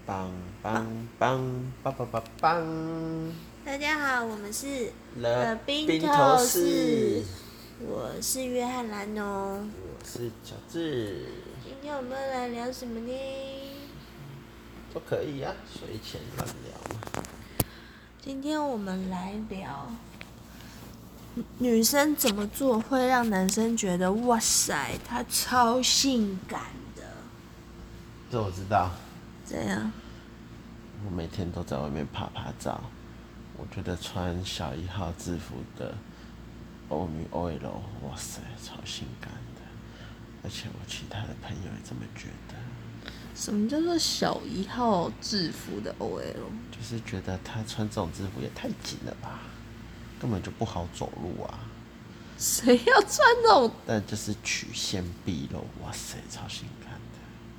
棒棒棒棒棒棒棒！ 大家好，我们是冰头士， 我是约翰兰哦。 我是乔治。 今天我们来聊什么呢？ 都可以啊，睡前乱聊嘛。 今天我们来聊女生怎么做会让男生觉得哇塞，她超性感的。 这我知道。 怎样？ 我每天都在外面拍照，我觉得穿小1号制服的欧女 OL， 哇塞，超性感的。而且我其他的朋友也这么觉得。 什么叫做小1号制服的 OL？ 就是觉得他穿这种制服也太紧了吧，根本就不好走路啊。 谁要穿这种？ 但就是曲线毕露，哇塞，超性感的。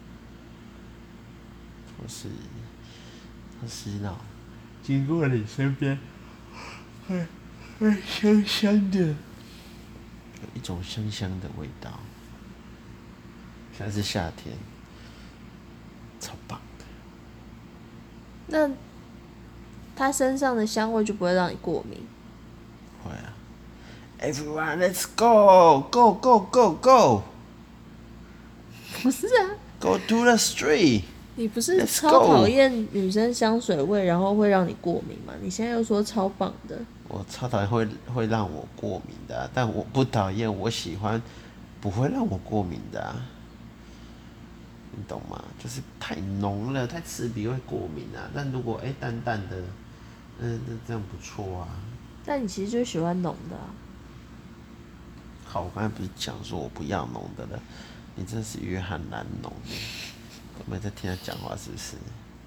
或是那种经过你身边，会香香的，有一种香香的味道。现在是夏天，超棒的。 那他身上的香味就不会让你过敏？ 会啊。Everyone, let's go, go, go, go, go. 不是啊。 Go to the street. 你不是超讨厌女生香水味，然后会让你过敏吗？你现在又说超棒的。 我超讨厌会让我过敏的但我不讨厌，我喜欢不会让我过敏的你懂吗？就是太浓了，太刺鼻会过敏但如果淡淡的，那这样不错啊。 但你其实就喜欢浓的好，我刚才不是讲说我不要浓的了？你真是约翰兰浓，有没有在听他讲话？是不是？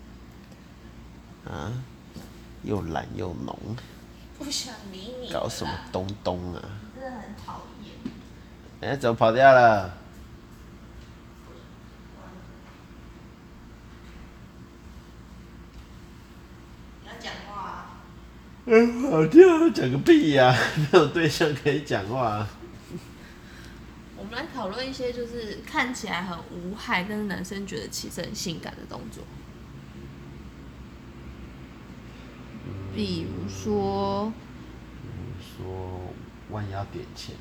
又懒又浓， 不想理你。 搞什么东东啊？ 你真的很讨厌。 怎么跑掉了？ 你要讲话啊。 跑掉，讲个屁呀！没有对象可以讲话。 我们来讨论一些就是看起来很无害，但是男生觉得其实很性感的动作。比如说弯腰点钱。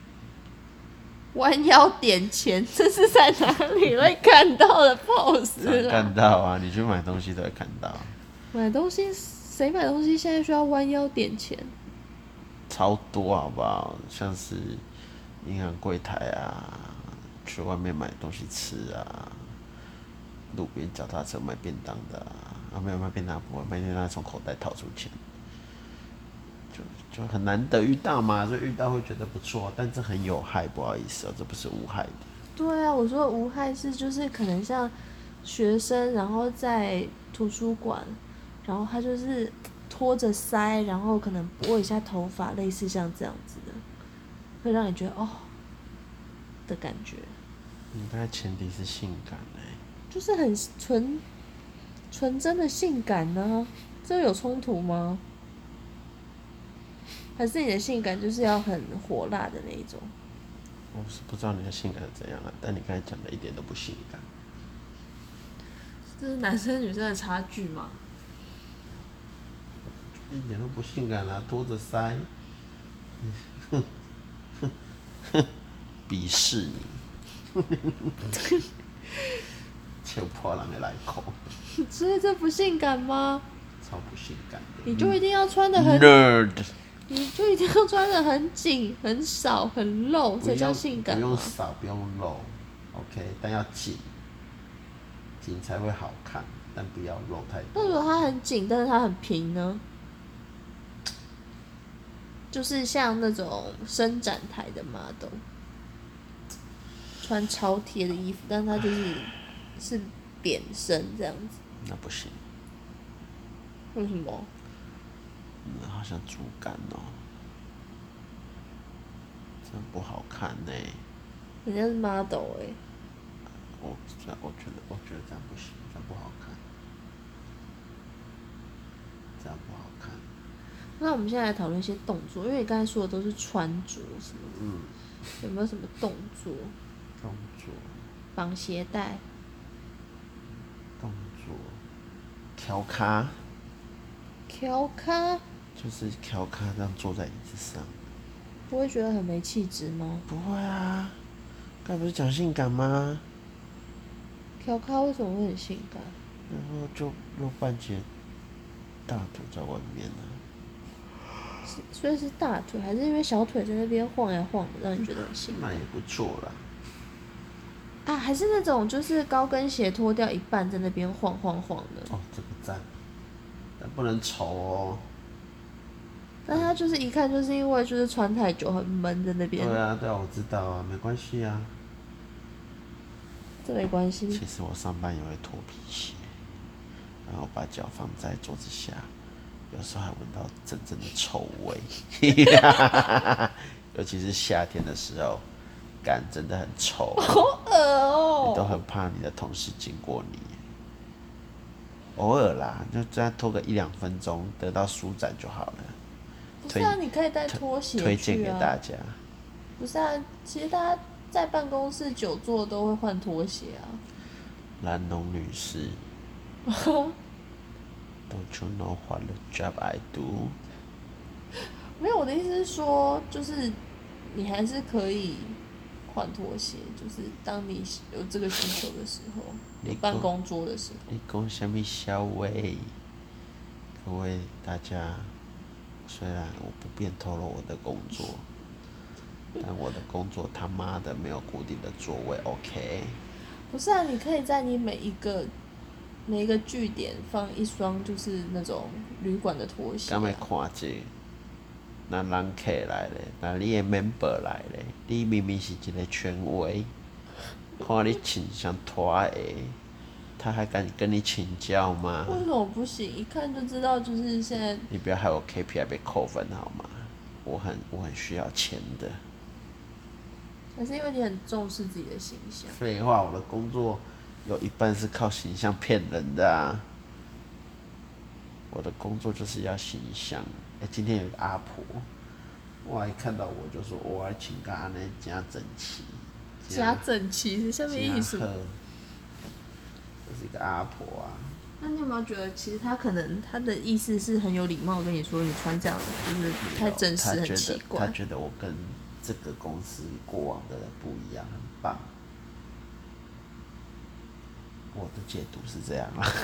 弯腰点钱，这是在哪里会看到的 pose 啦？ 看到啊，你去买东西都会看到。 买东西，谁买东西现在需要弯腰点钱？ 超多好不好？像是银行柜台去外面买东西吃路边脚踏车卖便当的没有卖便当，不会卖便当，从口袋掏出钱。就很难得遇到嘛，所以遇到会觉得不错，但这很有害，不好意思这不是无害的。 对啊，我说的无害是就是可能像学生，然后在图书馆，然后他就是拖着腮，然后可能拨一下头发，类似像这样子的，会让你觉得的感觉。 应该前提是性感就是很纯真的性感呢这有冲突吗？还是你的性感就是要很火辣的那一种？ 我是不知道你的性感是怎样但你刚才讲的一点都不性感。 这是男生女生的差距吗？ 一点都不性感拖着腮，鄙视你，笑破人的内裤。 所以这不性感吗？ 超不性感的。 你就一定要穿得很 nerd， 你就一定要穿得很紧、很少、很露才叫性感吗？ 不用少，不用露 ，OK， 但要紧才会好看，但不要露太多。 那如果它很紧，但是它很平呢？就是像那种伸展台的 model， 穿超贴的衣服，但它是扁身这样子。 那不行。 为什么？ 好像猪肝这样不好看人家是 model 我觉得这样不行，这样不好看，这样不好看。 那我们现在来讨论一些动作，因为你刚才说的都是穿着什么的，有没有什么动作？ 动作。 绑鞋带。 动作。 调咖， 调咖， 就是调咖这样坐在椅子上。 不会觉得很没气质吗？ 不会啊，刚才不是讲性感吗？ 调咖为什么会很性感？ 然后就露半截大腿在外面呢、 所以是大腿，还是因为小腿在那边晃来晃的，让你觉得很性感？ 那也不错啦。 啊，还是那种就是高跟鞋脱掉一半在那边晃晃晃的。 哦，这个赞，但不能丑哦。 但他就是一看就是因为就是穿太久很闷在那边。 对啊，对啊，我知道啊，没关系啊。 这没关系。 其实我上班也会脱皮鞋，然后把脚放在桌子下，有时候还闻到阵阵的臭味。尤其是夏天的时候，干真的很臭。 好恶哦、 你都很怕你的同事经过你。偶尔啦，就这样拖个1-2分钟，得到舒展就好了。 不是啊，你可以带拖鞋去啊。 推荐给大家。 不是啊，其实大家在办公室久坐都会换拖鞋啊。 蓝龙女士，Don't you know what the job I do？ 没有，我的意思是说，就是你还是可以换拖鞋，就是当你有这个需求的时候，有办公桌的时候。 你讲什么小伟？各位大家，虽然我不便透露我的工作，但我的工作他妈的没有固定的座位 ，OK？ 不是啊，你可以在你每一个据点放一双就是那种旅馆的拖鞋、啊。 敢要看这？那人客来咧，那你的 member 来咧，你明明是一个权威，看你穿像拖鞋，他还敢跟你请教吗？ 为什么不行？一看就知道，就是现在。 你不要害我 KPI 被扣分好吗？我很需要钱的。 还是因为你很重视自己的形象。 废话，我的工作有一半是靠形象骗人的啊！我的工作就是要形象。今天有一个阿婆，哇，一看到我就说：“我请个安尼真整齐。” 加整齐是什么意思？ 这是一个阿婆啊。 那你有没有觉得，其实他可能他的意思是很有礼貌跟你说，你穿这样就是太正式，很奇怪。 他觉得我跟这个公司过往的人不一样，很棒。我的解读是这样啦。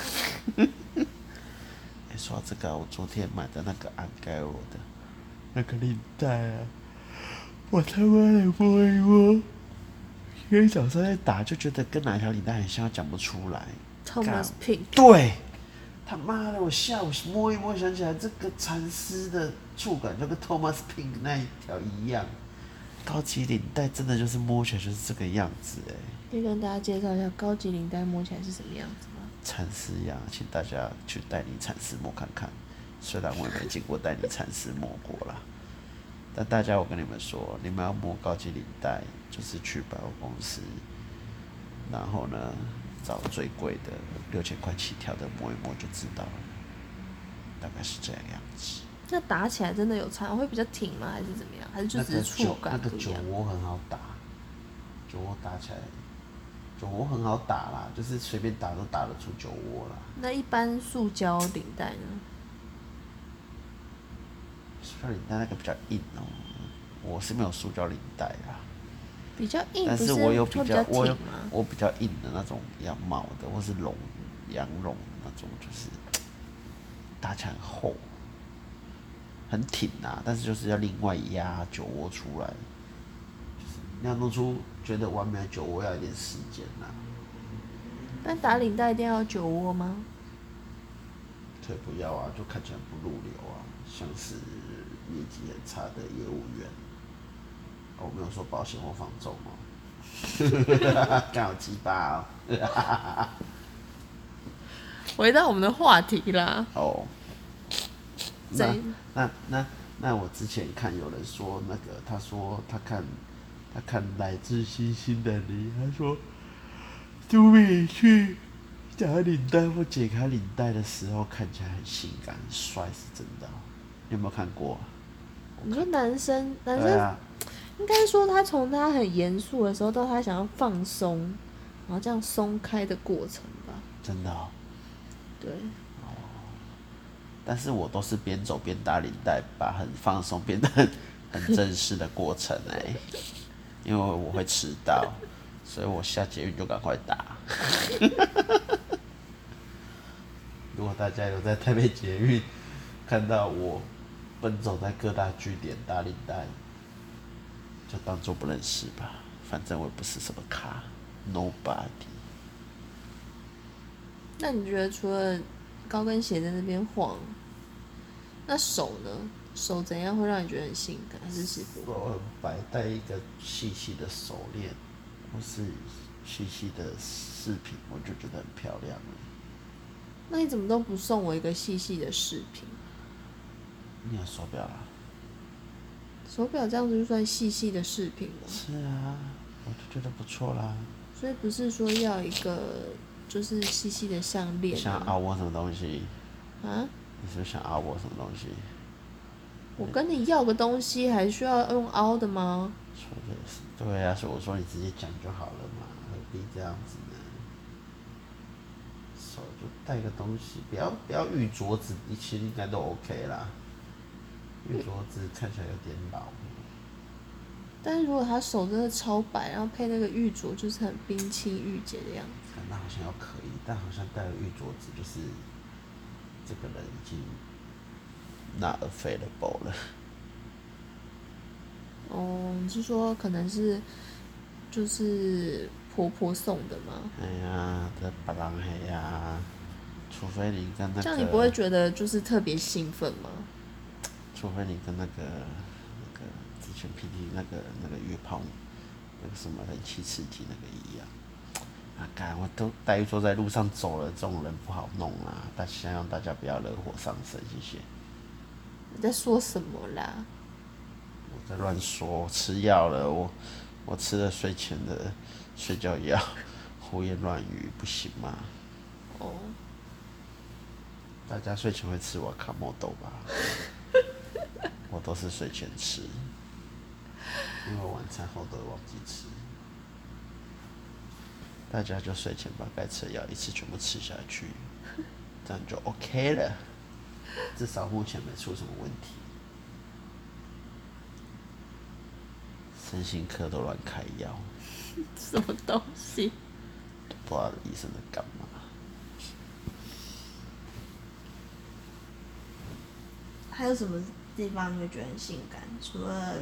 说到这个，我昨天买的那个安盖罗的那个领带啊，我他妈的摸一摸，因为早上在打就觉得跟哪条领带很像，讲不出来。 Thomas Pink。 对，他妈的，我下午摸一摸，想起来这个蚕丝的触感就跟 Thomas Pink 那一条一样。高级领带真的就是摸起来就是这个样子哎。 可以跟大家介绍一下高级领带摸起来是什么样子吗？ 蚕丝样，请大家去带你蚕丝摸看看。虽然我也没经过带你蚕丝摸过啦，但大家我跟你们说，你们要摸高级领带，就是去百货公司，然后呢找最贵的6000块起跳的摸一摸就知道了，大概是这样样子。 那打起来真的有差，会比较挺吗？还是怎么样？还是就只是触感不一样？ 那个酒窝很好打，酒窝打起来。酒窝很好打啦，就是随便打都打得出酒窝啦。 那一般塑胶领带呢？ 塑胶领带那个比较硬哦，我是没有塑胶领带啦。 比较硬， 但是我有比较挺吗？ 我比较硬的那种羊毛的，或是羊绒的那种，就是打起来很厚，很挺啊，但是就是要另外压酒窝出来，就是你要弄出觉得完美的酒窝要一点时间啦。 但打领带一定要有酒窝吗？ 对，不要啊，就看起来不入流啊，像是业绩很差的业务员。我没有说保险或房仲哦，干好鸡巴哦。 回到我们的话题啦。 哦。那我之前看有人说那个，他说他看来自星星的你，他说杜比去打领带或解开领带的时候，看起来很性感、很帅，是真的、哦。你有没有看过、啊？ 你说男生， 对啊， 应该说他从他很严肃的时候到他想要放松，然后这样松开的过程吧。 真的、哦。 对。 哦， 但是我都是边走边打领带，把很放松变得很正式的过程因为我会迟到，所以我下捷运就赶快打。如果大家有在台北捷运看到我奔走在各大据点打领带，就当作不认识吧，反正我也不是什么咖 ，nobody。 那你觉得除了高跟鞋在那边晃，那手呢？手怎样会让你觉得很性感？还是其实不会？ 手很白，戴一个细细的手链，或是细细的饰品，我就觉得很漂亮了。 那你怎么都不送我一个细细的饰品？ 你有手表啦？ 手表这样子就算细细的饰品吗？ 是啊，我就觉得不错啦。 所以不是说要一个就是细细的项链、啊？ 想凹我什么东西？ 啊？ 你是不是想凹我什么东西？ 我跟你要个东西，还需要用凹的吗？ 说的也是，对啊，所以我说你直接讲就好了嘛，何必这样子呢？手就带个东西，不要玉镯子，其实应该都 OK 啦。玉镯子看起来有点老。 但是如果他手真的超白，然后配那个玉镯，就是很冰清玉洁的样子。 那好像又可以，但好像戴了玉镯子，就是这个人已经not available 了。 哦，你是说可能是就是婆婆送的吗？ 哎呀，这别人黑呀，除非你跟那个。 这样你不会觉得就是特别兴奋吗？ 除非你跟那个之前 PT 那个约炮那个什么人气刺激那个一样。啊，干！我都带玉镯在路上走了，这种人不好弄啊！但希望大家不要惹火上身，谢谢。 你在说什么啦？ 我在乱说，我吃药了，我吃了睡前的睡觉药，胡言乱语不行吗？ 哦， 大家睡前会吃瓦卡莫豆吧？我都是睡前吃，因为晚餐后都会忘记吃。大家就睡前把该吃的药一次全部吃下去，这样就 OK 了。至少目前没出什么问题。身心科都乱开药， 什么东西？ 都不知道医生在干嘛。 还有什么地方你会觉得很性感？除了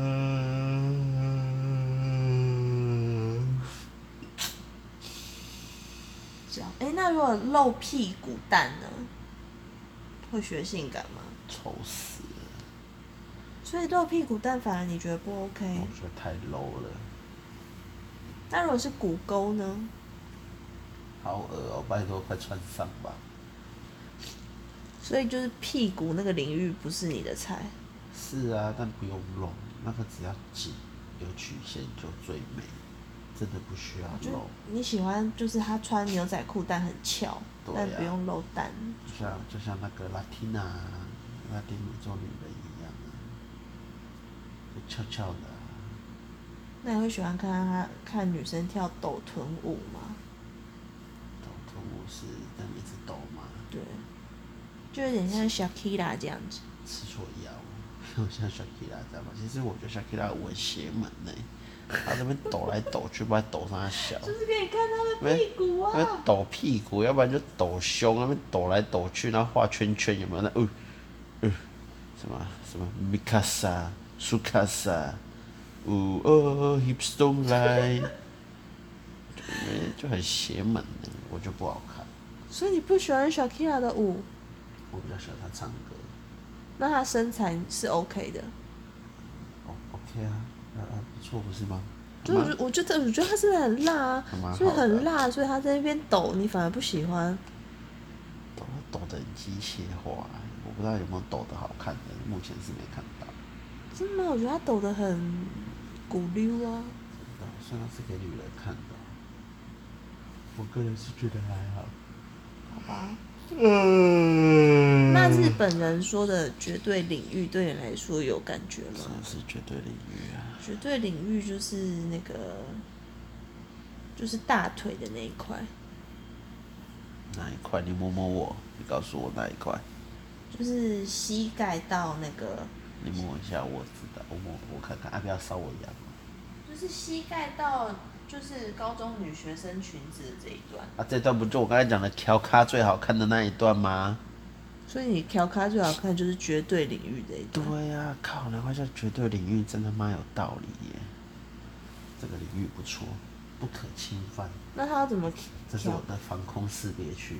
脚，那如果露屁股蛋呢？会觉得性感吗？ 丑死了！ 所以露屁股蛋反而你觉得不 OK？ 我觉得太 low 了。 那如果是骨沟呢？ 好恶哦、拜托快穿上吧。 所以就是屁股那个领域不是你的菜。 是啊，但不用露，那个只要紧有曲线就最美，真的不需要露。 你喜欢就是他穿牛仔裤但很翘， 对啊、 但不用露蛋。 就像那个拉丁美洲女人一样就翘翘的、啊。 那你会喜欢看女生跳抖臀舞吗？ 抖臀舞是在一直抖吗？ 对，就有点像 Shakira 这样子。 吃错药，有像 Shakira 这样吗？其实我觉得 Shakira 舞很邪门呢、她这边抖来抖去，不知道抖啥小。 就是给你看她的屁股啊。 那边抖屁股，要不然就抖胸，那边抖来抖去，然后画圈圈，有没有？什么 Mikasa、Sukasa， hips don't lie， 就很邪门的，我就不好看。 所以你不喜欢 Shakira 的舞？ 我比较喜欢她唱歌。 那她身材是 OK 的。 OK 啊，不错不是吗？ 就是我觉得她真的很辣啊，所以很辣，所以她在那边抖，你反而不喜欢。 抖得很机械化，我不知道有没有抖得好看的，目前是没看到。 真的吗？我觉得她抖得很骨溜啊。 真的，虽然是给女人看的，我个人是觉得还好。 好吧。那日本人说的绝对领域对你来说有感觉吗？ 什么是绝对领域啊？ 绝对领域就是那个，就是大腿的那一块。 哪一块？你摸摸我，你告诉我哪一块？ 就是膝盖到那个， 你摸一下，我知道，我看看，不要搔我痒。 就是膝盖到就是高中女学生裙子的这一段。 啊，这段不就我刚才讲的调咖最好看的那一段吗？ 所以你调咖最好看就是绝对领域这一段。 对呀，靠，难怪叫绝对领域，真他妈有道理耶。这个领域不错，不可侵犯。 那他要怎么？ 这是我的防空识别区。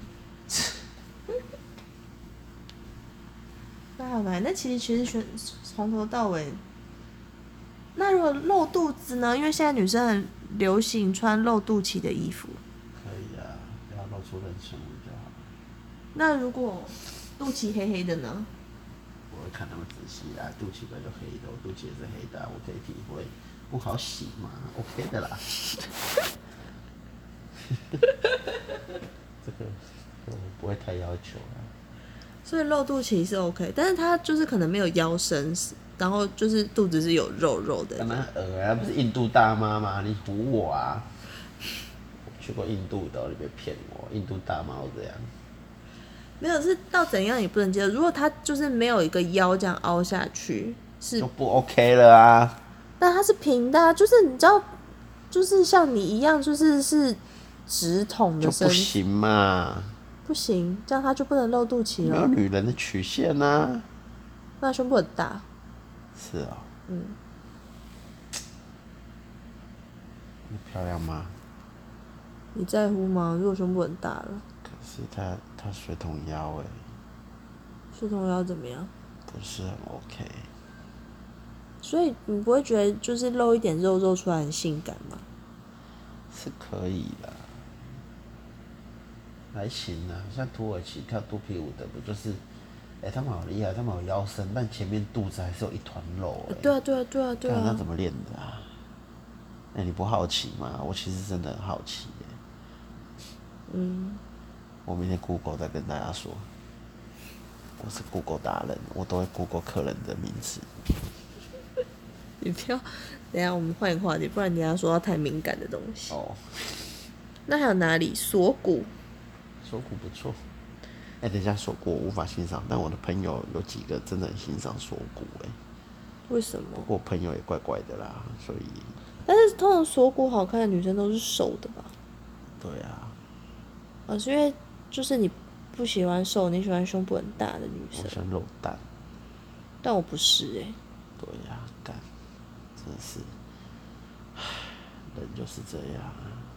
那好难。那其实从头到尾，那如果露肚子呢？因为现在女生很流行穿露肚脐的衣服。 可以啊，不要露出人生物就好。 那如果肚脐黑黑的呢？ 我会看那么仔细啊，肚脐本来就黑的，我肚脐也是黑的，我可以体会。不好洗嘛 ，OK 的啦。这个我不会太要求啦。 所以露肚脐是 OK， 但是它就是可能没有腰身，然后就是肚子是有肉肉的。 干嘛啊？不是印度大妈吗？你唬我啊！我去过印度的，你别骗我，印度大妈都这样。 没有，是到怎样也不能接受。如果它就是没有一个腰这样凹下去，是就不 OK 了啊！ 但它是平的、啊，就是你知道，就是像你一样，是直筒的身就不行嘛。 不行，这样它就不能露肚脐了。 没有女人的曲线啊。 那胸部很大。 是啊、哦。 嗯。 你漂亮吗？ 你在乎吗？如果胸部很大了。 可是她水桶腰水桶腰怎么样？ 不是很 OK。 所以你不会觉得就是露一点肉肉出来很性感吗？ 是可以的，还行啊。像土耳其跳肚皮舞的，不就是？他们好厉害，他们有腰身，但前面肚子还是有一团肉。 对啊，对啊，对啊，对啊。 那怎么练的啊？你不好奇吗？我其实真的很好奇耶。 嗯。 我明天 Google 再跟大家说。我是 Google 达人，我都会 Google 客人的名字。 你不要，等一下我们换一个话题，不然你要说到太敏感的东西。 哦。 那还有哪里？锁骨。 锁骨不错。等一下，锁骨我无法欣赏，但我的朋友有几个真的很欣赏锁骨为什么？ 不过我朋友也怪怪的啦，所以。 但是通常锁骨好看的女生都是瘦的吧？ 对啊。 是因为就是你不喜欢瘦，你喜欢胸部很大的女生。 我喜欢肉蛋。 但我不是对呀，干，真的是，人就是这样，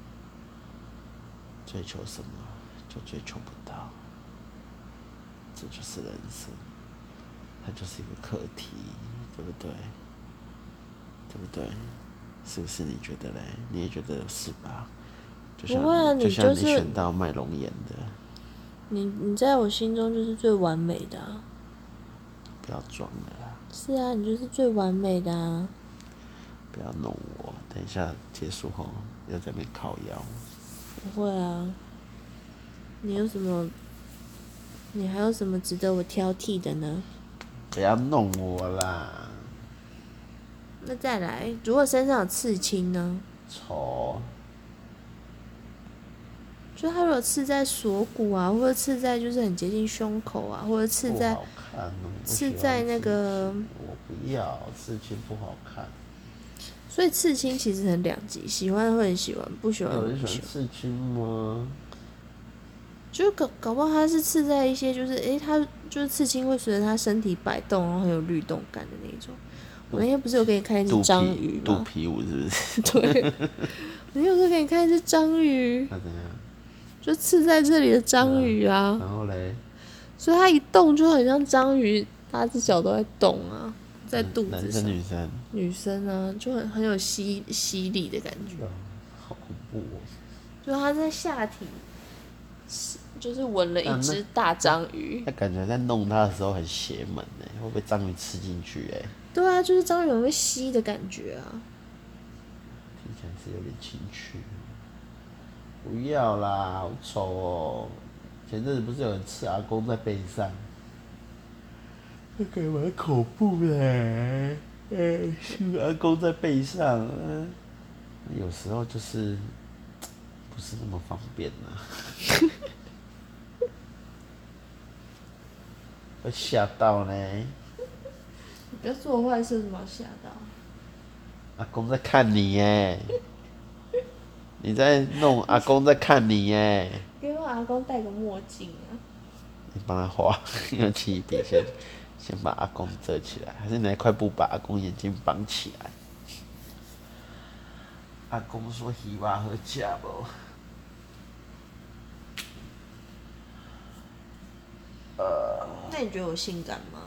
追求什么就追求不到，这就是人生，它就是一个课题，对不对？对不对？是不是你觉得嘞？你也觉得是吧？就像你选到卖龙眼的。 你在我心中就是最完美的啊。 不要装了啦。 是啊，你就是最完美的啊。 不要弄我，等一下结束后又在那边靠腰。 不会啊。你还有什么值得我挑剔的呢？ 不要弄我啦。 那再来，如果身上有刺青呢？ 丑。 就他如果刺在锁骨啊，或者刺在就是很接近胸口啊，或者刺在不好看， 刺在那个， 我不要刺青不好看。 所以刺青其实很两极，喜欢会很喜欢，不喜欢有会不喜欢。 人喜欢刺青吗？ 就搞不好他是刺在一些就是他就是刺青会随着他身体摆动，然后很有律动感的那种。我那天不是有给你看一只章鱼吗？ 肚皮舞是不是？ 对，我那天不是给你看一只章鱼？ 那怎样？ 就刺在这里的章鱼啊。 然后嘞？ 所以它一动就很像章鱼，八只脚都在动啊，在肚子上。 男生女生？ 女生啊，就很有吸力的感觉。 好恐怖哦！ 就它在下体，就是吻了一只大章鱼。 那感觉在弄它的时候很邪门哎，会不会章鱼吃进去哎？ 对啊，就是章鱼会吸的感觉啊。 听起来是有点情趣。不要啦，好丑哦！前阵子不是有人刺阿公在背上，那个蛮恐怖的。刺阿公在背上，有时候就是不是那么方便呐。 会吓到呢。 你不要做坏事，怎么吓到？ 阿公在看你耶，你在弄，阿公在看你耶。 给我阿公戴个墨镜啊！ 你帮他画，用起一笔先把阿公遮起来，还是你拿一块布把阿公眼睛绑起来？阿公说鱼肉好吃无？ 那你觉得我性感吗？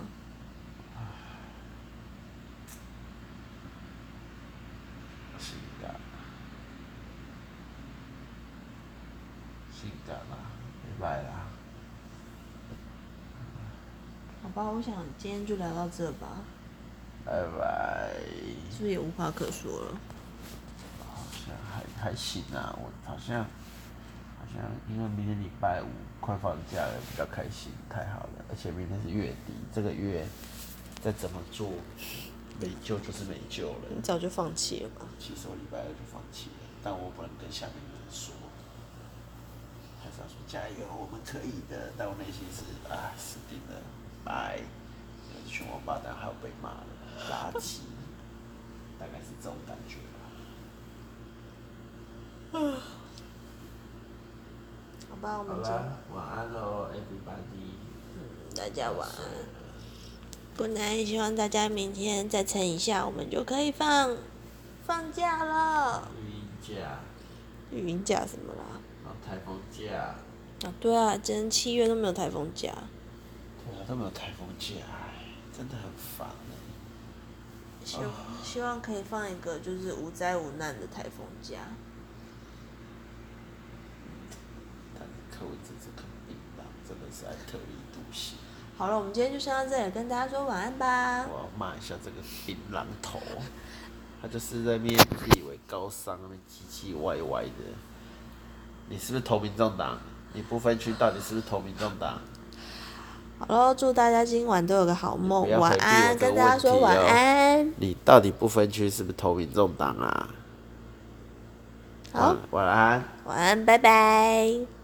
性感，性感啦，没歹啦。 好吧，我想今天就聊到这吧。 拜拜。 是不是也无话可说了？ 好像还行啊，我好像因为明天礼拜五快放假了，比较开心，太好了。而且明天是月底，这个月再怎么做没救就是没救了。 你早就放弃了吧？ 其实我礼拜二就放弃了，但我不能跟下面的人说，还是要说加油，我们可以的。但我内心是死定了，拜。这群王八蛋还要被骂了，垃圾，大概是这种感觉吧。 好吧，我们好啦，晚安喽 ，everybody。 大家晚安。Good night，希望大家明天再撑一下，我们就可以放假了。 语音假。 语音假什么啦？ 台风假。 对啊，今年7月都没有台风假。 对啊，都没有台风假，真的很烦希望可以放一个就是无灾无难的台风假。 但是柯文哲这个槟榔真的是爱特立独行。 好了，我们今天就先到这里，跟大家说晚安吧。 我要骂一下这个槟榔头，他就是在面自以为高尚，那边唧唧歪歪的。你是不是投民众党？你不分区到底是不是投民众党？ 好喽，祝大家今晚都有个好梦，晚安，跟大家说晚哦安。 你到底不分区是不是投民众党啊？ 好， 晚安。 晚安，拜拜。